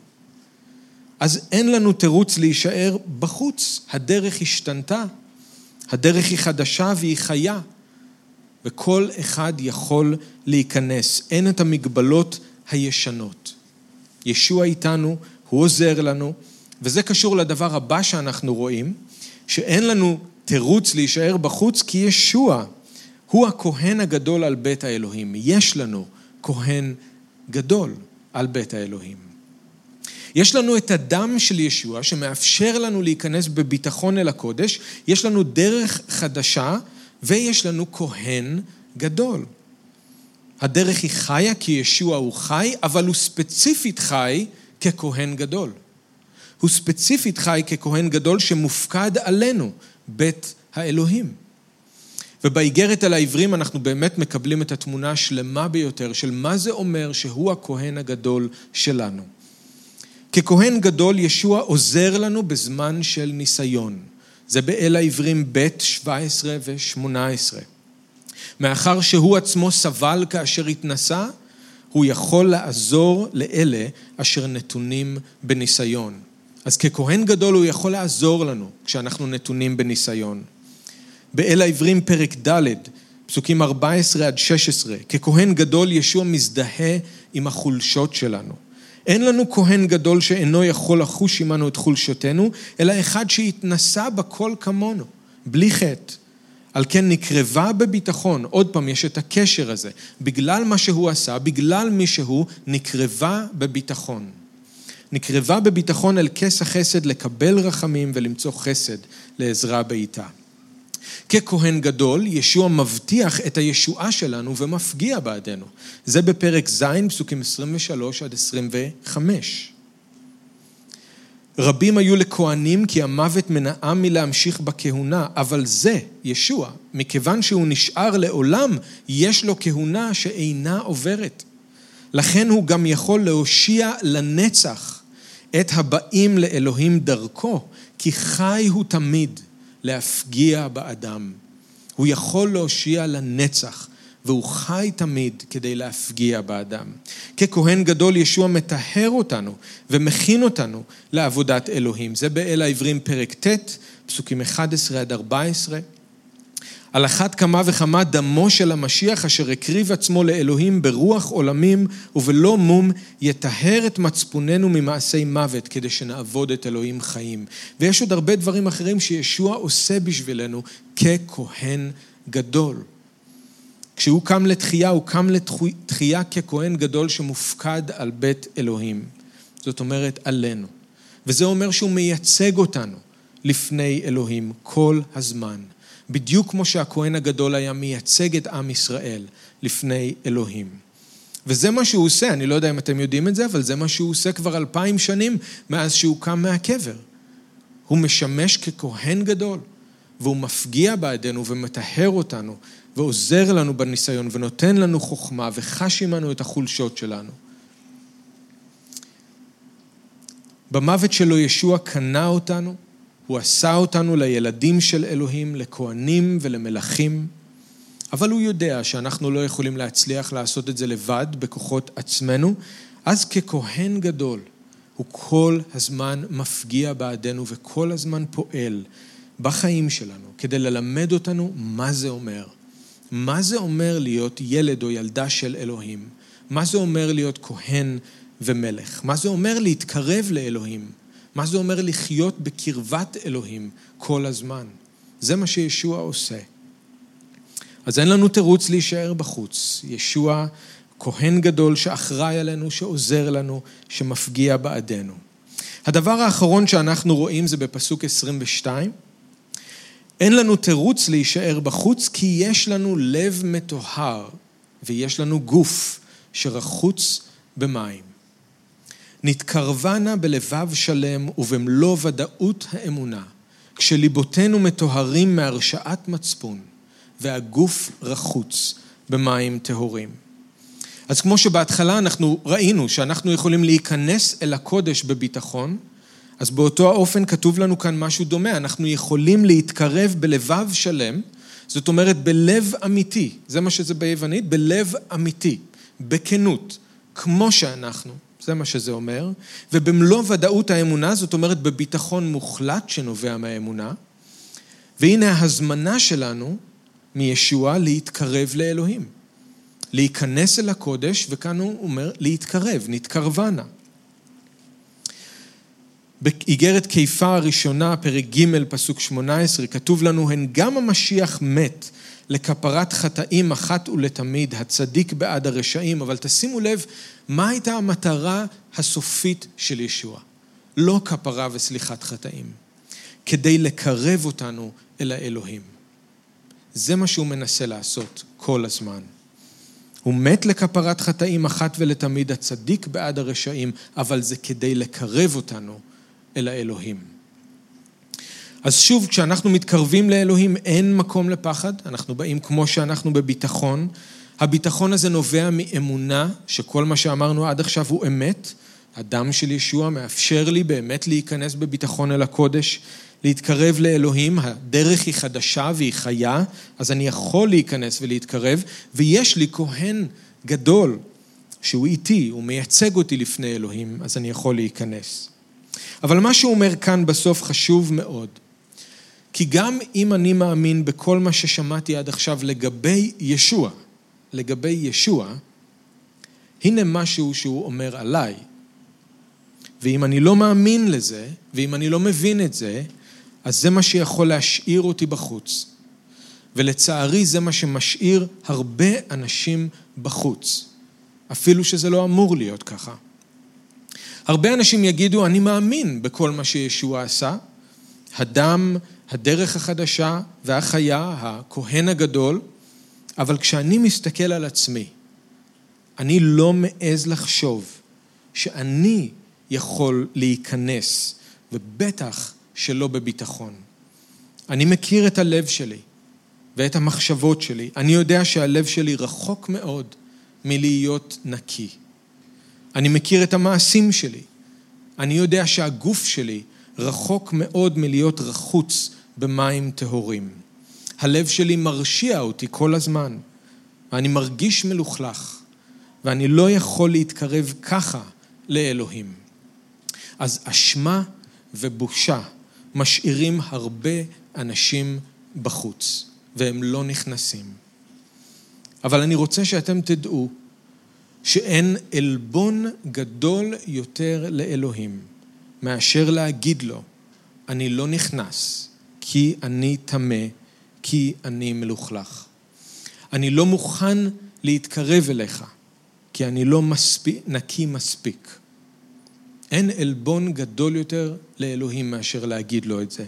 אז אין לנו תירוץ להישאר בחוץ, הדרך השתנתה, הדרך היא חדשה והיא חיה, וכל אחד יכול להיכנס, אין את המגבלות הישנות. ישוע איתנו, הוא עוזר לנו, וזה קשור לדבר הבא שאנחנו רואים, שאין לנו תירוץ להישאר בחוץ, כי ישוע הוא הכהן הגדול על בית האלוהים. יש לנו כהן גדול על בית האלוהים. יש לנו את הדם של ישוע שמאפשר לנו להיכנס בביטחון אל הקודש, יש לנו דרך חדשה ויש לנו כהן גדול. הדרך היא חיה כי ישוע הוא חי, אבל הוא ספציפית חי ככהן גדול. הוא ספציפית חי ככהן גדול שמופקד עלינו, בית האלוהים. ובאיגרת על העברים אנחנו באמת מקבלים את התמונה השלמה ביותר של מה זה אומר שהוא הכהן הגדול שלנו. ככהן גדול ישוע עוזר לנו בזמן של ניסיון. זה באל העברים ב' 17 ו-18. מאחר שהוא עצמו סבל כאשר התנסה, הוא יכול לעזור לאלה אשר נתונים בניסיון. אז ככהן גדול הוא יכול לעזור לנו כשאנחנו נתונים בניסיון. באל העברים פרק ד' פסוקים 14 עד 16, ככהן גדול ישוע מזדהה עם החולשות שלנו. אין לנו כהן גדול שאינו יכול לחוש עמנו את חולשותנו, אלא אחד שהתנסה בכל כמונו, בלי חטא. על כן נקרבה בביטחון, עוד פעם יש את הקשר הזה, בגלל מה שהוא עשה, בגלל מי שהוא, נקרבה בביטחון. נקרבה בביטחון אל כס החסד לקבל רחמים ולמצוא חסד לעזרה בעיתה. ככהן גדול, ישוע מבטיח את הישועה שלנו ומפגיע בעדנו. זה בפרק ז', פסוקים 23 עד 25. רבים היו לכהנים כי המוות מנעם מלהמשיך בכהונה, אבל זה, ישוע, מכיוון שהוא נשאר לעולם, יש לו כהונה שאינה עוברת. לכן הוא גם יכול להושיע לנצח את הבאים לאלוהים דרכו, כי חי הוא תמיד להפגיע באדם. הוא יכול להושיע לנצח והוא חי תמיד כדי להפגיע באדם. ככהן גדול ישוע מטהר אותנו ומכין אותנו לעבודת אלוהים. זה באל העברים פרק ט', פסוקים 11 עד 14. על אחת כמה וכמה דמו של המשיח אשר הקריב עצמו לאלוהים ברוח עולמים ובלא מום יטהר את מצפוננו ממעשי מוות כדי שנעבוד את אלוהים חיים. ויש עוד הרבה דברים אחרים שישוע עושה בשבילנו ככהן גדול. כשהוא קם לתחייה, הוא קם לתחייה ככהן גדול שמופקד על בית אלוהים. זאת אומרת עלינו. וזה אומר שהוא מייצג אותנו לפני אלוהים כל הזמן. בדיוק כמו שהכהן הגדול היה מייצג את עם ישראל לפני אלוהים. וזה מה שהוא עושה, אני לא יודע אם אתם יודעים את זה, אבל זה מה שהוא עושה כבר 2000 שנים מאז שהוא קם מהקבר. הוא משמש ככהן גדול, והוא מפגיע בעדנו ומטהר אותנו, ועוזר לנו בניסיון, ונותן לנו חוכמה, וחש עמנו את החולשות שלנו. במוות שלו ישוע קנה אותנו, הוא עשה אותנו לילדים של אלוהים, לכהנים ולמלכים, אבל הוא יודע שאנחנו לא יכולים להצליח לעשות את זה לבד בכוחות עצמנו, אז ככהן גדול, הוא כל הזמן מפגיע בעדנו וכל הזמן פועל בחיים שלנו, כדי ללמד אותנו מה זה אומר. מה זה אומר להיות ילד או ילדה של אלוהים? מה זה אומר להיות כהן ומלך? מה זה אומר להתקרב לאלוהים? מה זה אומר לחיות בקרבת אלוהים כל הזמן? זה מה שישוע עושה. אז אין לנו תירוץ להישאר בחוץ. ישוע כהן גדול שאחראי עלינו, שעוזר לנו, שמפגיע בעדנו. הדבר האחרון שאנחנו רואים זה בפסוק 22. אין לנו תירוץ להישאר בחוץ כי יש לנו לב מטוהר ויש לנו גוף שרחוץ במים. נתקרבנה בלבב שלם ובמלוא ודאות האמונה, כשליבותינו מטוהרים מהרשעת מצפון, והגוף רחוץ במים טהורים. אז כמו שבהתחלה אנחנו ראינו שאנחנו יכולים להיכנס אל הקודש בביטחון, אז באותו האופן כתוב לנו כאן משהו דומה, אנחנו יכולים להתקרב בלבב שלם, זאת אומרת בלב אמיתי, זה מה שזה ביוונית, בלב אמיתי, בכנות, כמו שאנחנו. זה מה שזה אומר, ובמלוא ודאות האמונה, זאת אומרת בביטחון מוחלט שנובע מהאמונה, והנה ההזמנה שלנו מישוע להתקרב לאלוהים, להיכנס אל הקודש, וכאן הוא אומר להתקרב, נתקרבנה. באיגרת קיפה הראשונה, פרק ג' פסוק 18, כתוב לנו, הן גם המשיח מת לכפרת חטאים אחת ולתמיד, הצדיק בעד הרשעים, אבל תשימו לב, מה הייתה המטרה הסופית של ישוע? לא כפרה וסליחת חטאים, כדי לקרב אותנו אל האלוהים. זה מה שהוא מנסה לעשות כל הזמן. הוא מת לכפרת חטאים אחת ולתמיד, הצדיק בעד הרשעים, אבל זה כדי לקרב אותנו אל האלוהים. אז שוב, כשאנחנו מתקרבים לאלוהים, אין מקום לפחד, אנחנו באים כמו שאנחנו בביטחון, הביטחון הזה נובע מאמונה, שכל מה שאמרנו עד עכשיו הוא אמת, הדם של ישוע מאפשר לי באמת להיכנס בביטחון אל הקודש, להתקרב לאלוהים, הדרך היא חדשה והיא חיה, אז אני יכול להיכנס ולהתקרב, ויש לי כהן גדול, שהוא איתי, הוא מייצג אותי לפני אלוהים, אז אני יכול להיכנס. אבל מה שהוא אומר כאן בסוף חשוב מאוד, כי גם אם אני מאמין בכל מה ששמעתי עד עכשיו לגבי ישוע, הנה משהו שהוא אומר עליי. ואם אני לא מאמין לזה, ואם אני לא מבין את זה, אז זה מה שיכול להשאיר אותי בחוץ. ולצערי זה מה שמשאיר הרבה אנשים בחוץ, אפילו שזה לא אמור להיות ככה. הרבה אנשים יגידו, אני מאמין בכל מה שישוע עשה, הדם, הדרך החדשה והחיה, הכהן הגדול, אבל כשאני מסתכל על עצמי, אני לא מעז לחשוב שאני יכול להיכנס, ובטח שלא בביטחון. אני מכיר את הלב שלי ואת המחשבות שלי. אני יודע שהלב שלי רחוק מאוד מלהיות נקי. אני מכיר את המעשים שלי. אני יודע שהגוף שלי רחוק מאוד מלהיות רחוץ במים טהורים. הלב שלי מרשיע אותי כל הזמן, ואני מרגיש מלוכלך, ואני לא יכול להתקרב ככה לאלוהים. אז אשמה ובושה משאירים הרבה אנשים בחוץ, והם לא נכנסים. אבל אני רוצה שאתם תדעו שאין אלבון גדול יותר לאלוהים, מאשר להגיד לו, אני לא נכנס, כי אני טמא, כי אני מלוכלך. אני לא מוכן להתקרב אליך, כי אני לא נקי מספיק. אין אלבון גדול יותר לאלוהים מאשר להגיד לו את זה.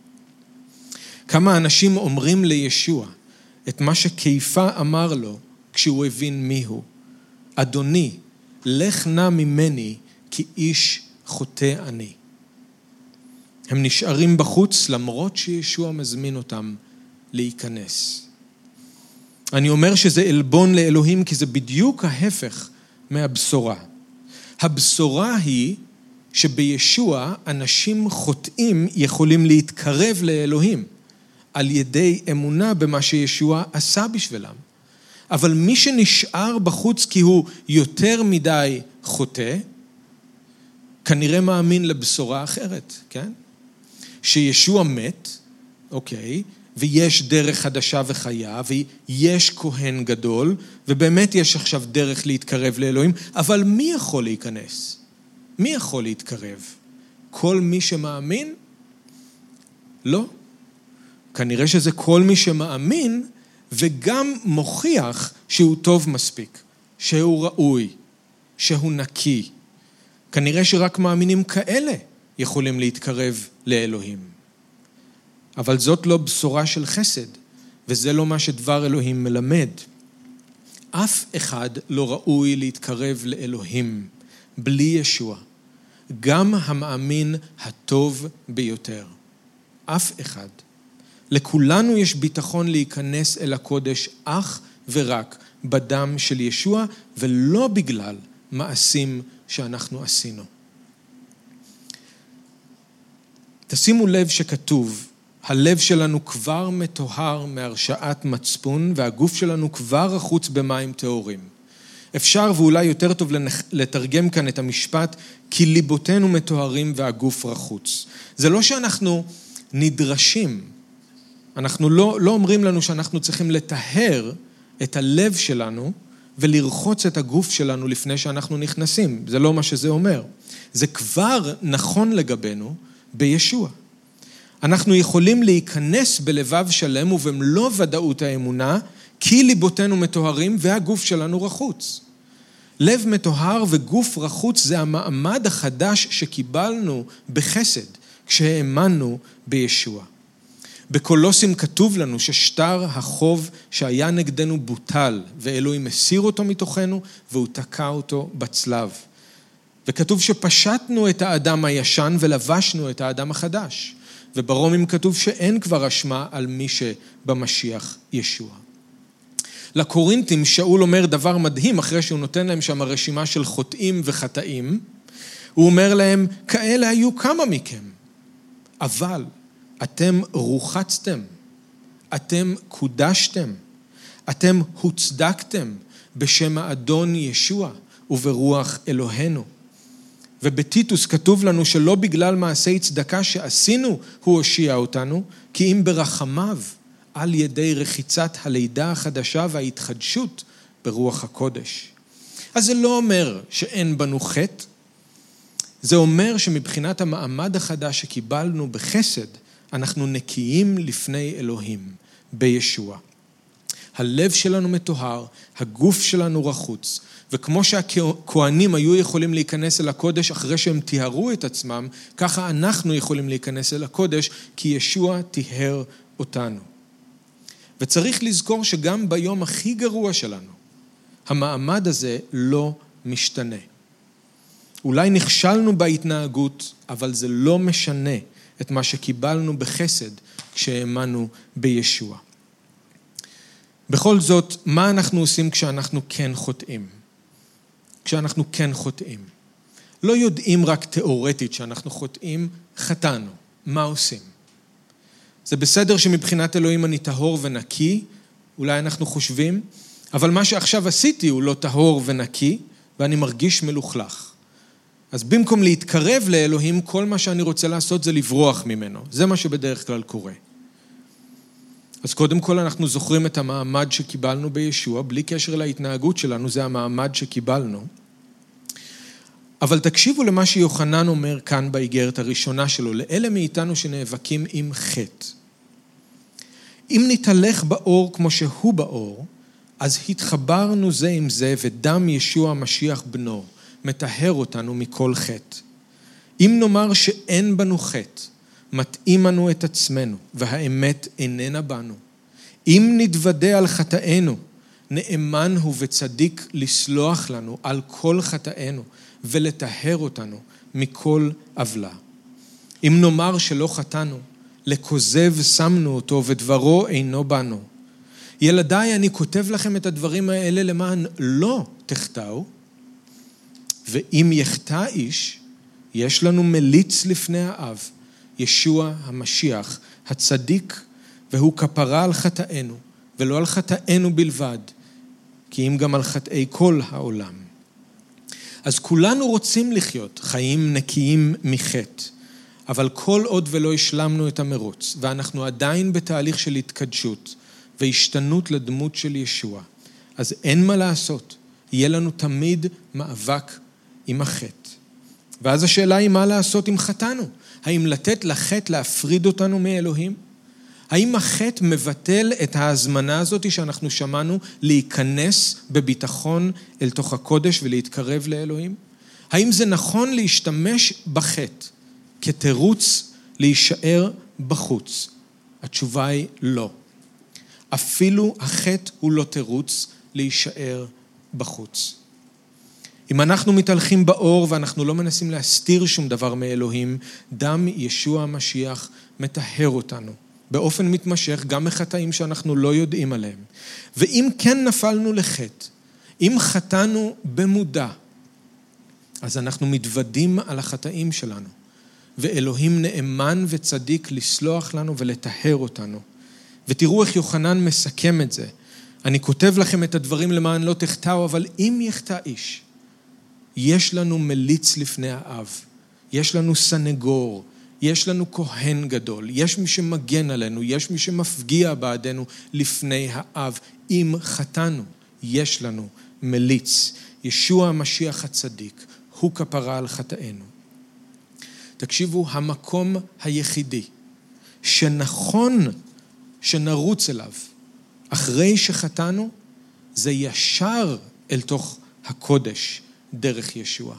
כמה אנשים אומרים לישוע את מה שכיפה אמר לו כשהוא הבין מיהו. אדוני, לך נא ממני כי איש חוטא אני. הם נשארים בחוץ למרות שישוע מזמין אותם להיכנס. אני אומר שזה אלבון לאלוהים כי זה בדיוק ההפך מהבשורה. הבשורה היא שבישוע אנשים חוטאים יכולים להתקרב לאלוהים על ידי אמונה במה שישוע עשה בשבילם. אבל מי שנשאר בחוץ כי הוא יותר מדי חוטא, כנראה מאמין לבשורה אחרת, כן? שישוע מת, אוקיי, ויש דרך חדשה וחיה, ויש כהן גדול, ובאמת יש עכשיו דרך להתקרב לאלוהים, אבל מי יכול להיכנס? מי יכול להתקרב? כל מי שמאמין? לא. כנראה שזה כל מי שמאמין, וגם מוכיח שהוא טוב מספיק, שהוא ראוי, שהוא נקי. כנראה שרק מאמינים כאלה יכולים להתקרב לאלוהים. אבל זאת לא בשורה של חסד, וזה לא מה שדבר אלוהים מלמד. אף אחד לא ראוי להתקרב לאלוהים בלי ישוע. גם המאמין הטוב ביותר. אף אחד. לכולנו יש ביטחון להיכנס אל הקודש אך ורק בדם של ישוע, ולא בגלל מעשים שאנחנו עשינו. תשימו לב שכתוב, הלב שלנו כבר מטוהר מהרשעת מצפון, והגוף שלנו כבר רחוץ במים טהורים. אפשר ואולי יותר טוב לתרגם כאן את המשפט, כי ליבותינו מטוהרים והגוף רחוץ. זה לא שאנחנו נדרשים, אנחנו לא אומרים לנו שאנחנו צריכים לטהר את הלב שלנו, ולרחוץ את הגוף שלנו לפני שאנחנו נכנסים. זה לא מה שזה אומר. זה כבר נכון לגבינו בישוע. אנחנו יכולים להיכנס בלבב שלם ובמלוא ודאות האמונה, כי ליבותינו מטוהרים והגוף שלנו רחוץ. לב מטוהר וגוף רחוץ זה המעמד החדש שקיבלנו בחסד, כשהאמנו בישוע. בקולוסים כתוב לנו ששטר החוב שהיה נגדנו בוטל, ואלוהים מסיר אותו מתוכנו, והוא תקע אותו בצלב. וכתוב שפשטנו את האדם הישן ולבשנו את האדם החדש. וברומים כתוב שאין כבר אשמה על מי שבמשיח ישוע. לקורינתים שאול אומר דבר מדהים אחרי שהוא נותן להם שם רשימה של חוטאים וחטאים. הוא אומר להם, כאלה היו כמה מכם, אבל אתם רוחצתם, אתם קודשתם, אתם הוצדקתם בשם האדון ישוע וברוח אלוהינו. ובטיטוס כתוב לנו שלא בגלל מעשי צדקה שעשינו הוא הושיע אותנו, כי אם ברחמיו על ידי רחיצת הלידה החדשה וההתחדשות ברוח הקודש. אז זה לא אומר שאין בנו חטא, זה אומר שמבחינת המעמד החדש שקיבלנו בחסד, אנחנו נקיים לפני אלוהים בישוע. הלב שלנו מטוהר, הגוף שלנו רחוץ, וכמו שהכהנים היו יכולים להיכנס אל הקודש אחרי שהם טיהרו את עצמם, ככה אנחנו יכולים להיכנס אל הקודש, כי ישוע טיהר אותנו. וצריך לזכור שגם ביום הכי גרוע שלנו, המעמד הזה לא משתנה. אולי נכשלנו בהתנהגות, אבל זה לא משנה את מה שקיבלנו בחסד כשהאמנו בישוע. בכל זאת, מה אנחנו עושים כשאנחנו כן חוטאים? כשאנחנו כן חוטאים. לא יודעים רק תיאורטית שאנחנו חוטאים, חטאנו. מה עושים? זה בסדר שמבחינת אלוהים אני טהור ונקי, אולי אנחנו חושבים, אבל מה שעכשיו עשיתי הוא לא טהור ונקי, ואני מרגיש מלוכלך. אז במקום להתקרב לאלוהים, כל מה שאני רוצה לעשות זה לברוח ממנו. זה מה שבדרך כלל קורה. אז קודם כל אנחנו זוכרים את המעמד שקיבלנו בישוע, בלי קשר להתנהגות שלנו, זה המעמד שקיבלנו. אבל תקשיבו למה שיוחנן אומר כאן באיגרת הראשונה שלו, לאלה מאיתנו שנאבקים עם חטא. אם נתהלך באור כמו שהוא באור, אז התחברנו זה עם זה, ודם ישוע המשיח בנו מטהר אותנו מכל חטא. אם נאמר שאין בנו חטא, מתאים לנו את עצמנו, והאמת איננה בנו. אם נתוודה על חטאינו, נאמן הוא וצדיק לסלוח לנו על כל חטאינו, ולטהר אותנו מכל עוולה. אם נאמר שלא חטאנו, לכוזב שמנו אותו, ודברו אינו בנו. ילדיי, אני כותב לכם את הדברים האלה למען לא תחטאו, ואם יחטא איש, יש לנו מליץ לפני האב, ישוע המשיח, הצדיק, והוא כפרה על חטאינו, ולא על חטאינו בלבד, כי אם גם על חטאי כל העולם. אז כולנו רוצים לחיות חיים נקיים מחטא, אבל כל עוד ולא השלמנו את המרוץ, ואנחנו עדיין בתהליך של התקדשות, והשתנות לדמות של ישוע, אז אין מה לעשות, יהיה לנו תמיד מאבק עם החטא. ואז השאלה היא מה לעשות אם חטאנו? האם לתת לחטא להפריד אותנו מאלוהים? האם החטא מבטל את ההזמנה הזאת שאנחנו שמענו להיכנס בביטחון אל תוך הקודש ולהתקרב לאלוהים? האם זה נכון להשתמש בחטא כתירוץ להישאר בחוץ? התשובה היא לא. אפילו החטא הוא לא תירוץ להישאר בחוץ. אם אנחנו מתהלכים באור ואנחנו לא מנסים להסתיר שום דבר מאלוהים, דם ישוע המשיח מטהר אותנו באופן מתמשך, גם מחטאים שאנחנו לא יודעים עליהם. ואם כן נפלנו לחטא, אם חטאנו במודע, אז אנחנו מתוודים על החטאים שלנו, ואלוהים נאמן וצדיק לסלוח לנו ולטהר אותנו. ותראו איך יוחנן מסכם את זה. אני כותב לכם את הדברים למען לא תחטאו, אבל אם יחטא איש, יש לנו מליץ לפני האב, יש לנו סנגור, יש לנו כהן גדול, יש מי שמגן עלינו, יש מי שמפגיע בעדנו לפני האב. אם חטאנו, יש לנו מליץ. ישוע המשיח הצדיק, הוא כפרה על חטאינו. תקשיבו, המקום היחידי שנכון שנרוץ אליו אחרי שחטאנו, זה ישר אל תוך הקודש דרך ישוע.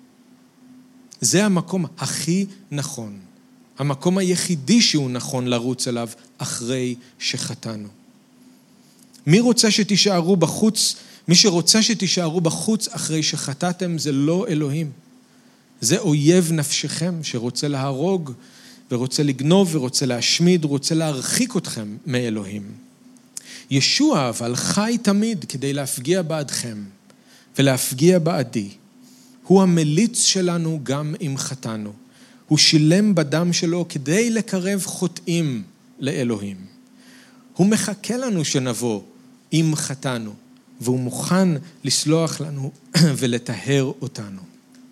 זה המקום הכי נכון. המקום היחידי שהוא נכון לרוץ אליו אחרי שחטאנו. מי רוצה שתישארו בחוץ? מי שרוצה שתישארו בחוץ אחרי שחטאתם זה לא אלוהים. זה אויב נפשכם שרוצה להרוג ורוצה לגנוב ורוצה להשמיד, רוצה להרחיק אתכם מאלוהים. ישוע אבל חי תמיד כדי להפגיע בעדכם ולהפגיע בעדי. הוא המליץ שלנו גם אם חטאנו. הוא שילם בדם שלו כדי לקרב חוטאים לאלוהים. הוא מחכה לנו שנבוא אם חטאנו, והוא מוכן לסלוח לנו ולטהר אותנו.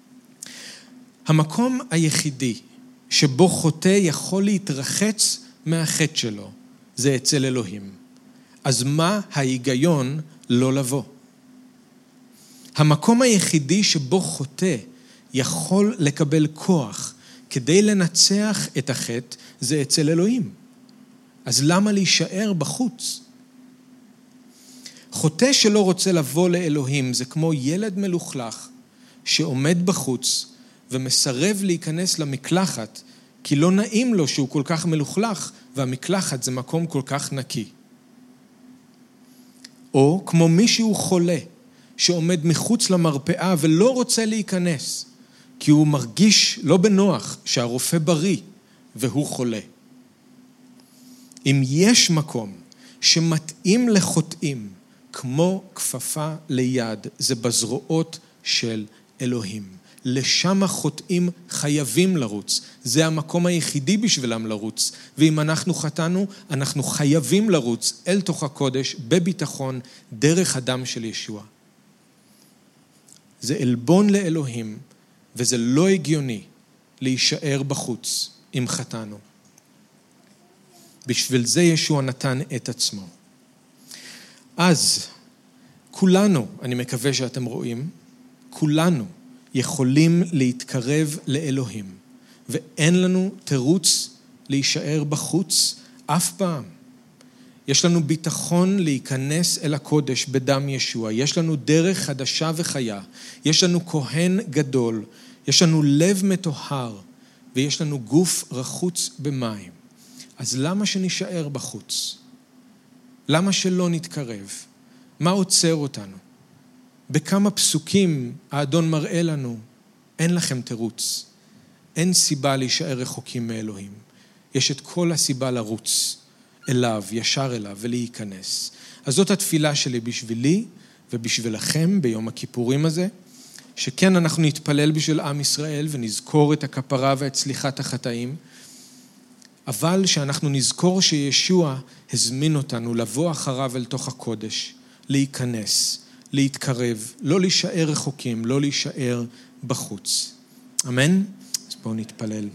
המקום היחידי שבו חוטא יכול להתרחץ מהחטא שלו, זה אצל אלוהים. אז מה ההיגיון לא לבוא? המקום היחידי שבו חוטא יכול לקבל כוח כדי לנצח את החטא, זה אצל אלוהים. אז למה להישאר בחוץ? חוטא שלא רוצה לבוא לאלוהים זה כמו ילד מלוכלך שעומד בחוץ ומסרב להיכנס למקלחת כי לא נעים לו שהוא כל כך מלוכלך והמקלחת זה מקום כל כך נקי. או כמו מישהו חולה שעומד מחוץ למרפאה ולא רוצה להיכנס כי הוא מרגיש לא בנוח שהרופא בריא והוא חולה. אם יש מקום שמתאים לחוטאים כמו כפפה ליד, זה בזרועות של אלוהים. לשם החוטאים חייבים לרוץ. זה המקום היחידי בשבילם לרוץ. ואם אנחנו חטאנו, אנחנו חייבים לרוץ אל תוך הקודש, בביטחון, דרך הדם של ישוע. זה עלבון לאלוהים, וזה לא הגיוני להישאר בחוץ אם חטאנו. בשביל זה ישוע נתן את עצמו. אז כולנו, אני מקווה שאתם רואים, כולנו יכולים להתקרב לאלוהים, ואין לנו תירוץ להישאר בחוץ אף פעם. יש לנו ביטחון להיכנס אל הקודש בדם ישוע, יש לנו דרך חדשה וחיה, יש לנו כהן גדול, יש לנו לב מטוהר, ויש לנו גוף רחוץ במים. אז למה שנשאר בחוץ? למה שלא נתקרב? מה עוצר אותנו? בכמה פסוקים האדון מראה לנו, אין לכם תירוץ. אין סיבה להישאר רחוקים מאלוהים. יש את כל הסיבה לרוץ אליו, ישר אליו ולהיכנס. אז זאת התפילה שלי בשבילי ובשבילכם ביום הכיפורים הזה, שכן אנחנו נתפלל בשביל עם ישראל ונזכור את הכפרה ואת סליחת החטאים, אבל שאנחנו נזכור שישוע הזמין אותנו לבוא אחריו אל תוך הקודש, להיכנס, להתקרב, לא להישאר רחוקים, לא להישאר בחוץ. אמן? אז בואו נתפלל.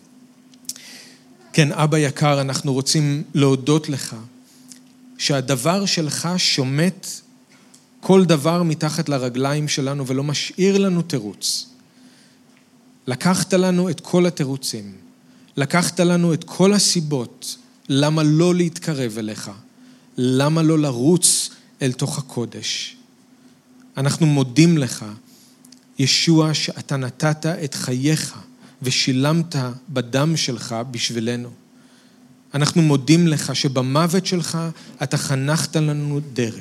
כן, אבא יקר, אנחנו רוצים להודות לך שהדבר שלך שומט כל דבר מתחת לרגליים שלנו ולא משאיר לנו תירוץ. לקחת לנו את כל התירוצים, לקחת לנו את כל הסיבות למה לא להתקרב אליך, למה לא לרוץ אל תוך הקודש. אנחנו מודים לך, ישוע, שאתה נתת את חייך ושילמת בדם שלך בשבילנו. אנחנו מודים לך שבמוות שלך אתה חנכת לנו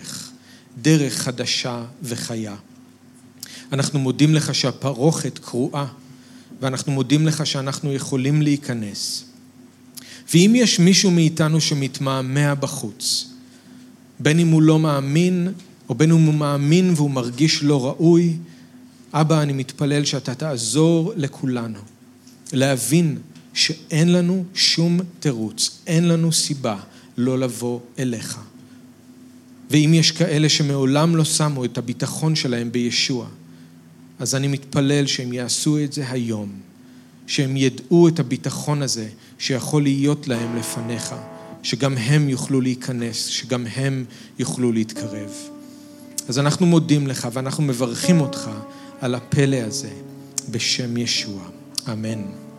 דרך חדשה וחיה. אנחנו מודים לך שהפרוכת קרועה, ואנחנו מודים לך שאנחנו יכולים להיכנס. ואם יש מישהו מאיתנו שמתמהמה בחוץ, בין אם הוא לא מאמין, או בין אם הוא מאמין והוא מרגיש לא ראוי, אבא, אני מתפלל שאתה תעזור לכולנו, להבין שאין לנו שום תירוץ, אין לנו סיבה לא לבוא אליך. ואם יש כאלה שמעולם לא שמו את הביטחון שלהם בישוע, אז אני מתפלל שהם יעשו את זה היום, שהם ידעו את הביטחון הזה שיכול להיות להם לפניך, שגם הם יוכלו להיכנס, שגם הם יוכלו להתקרב. אז אנחנו מודים לך ואנחנו מברכים אותך על הפלא הזה בשם ישוע. אמן.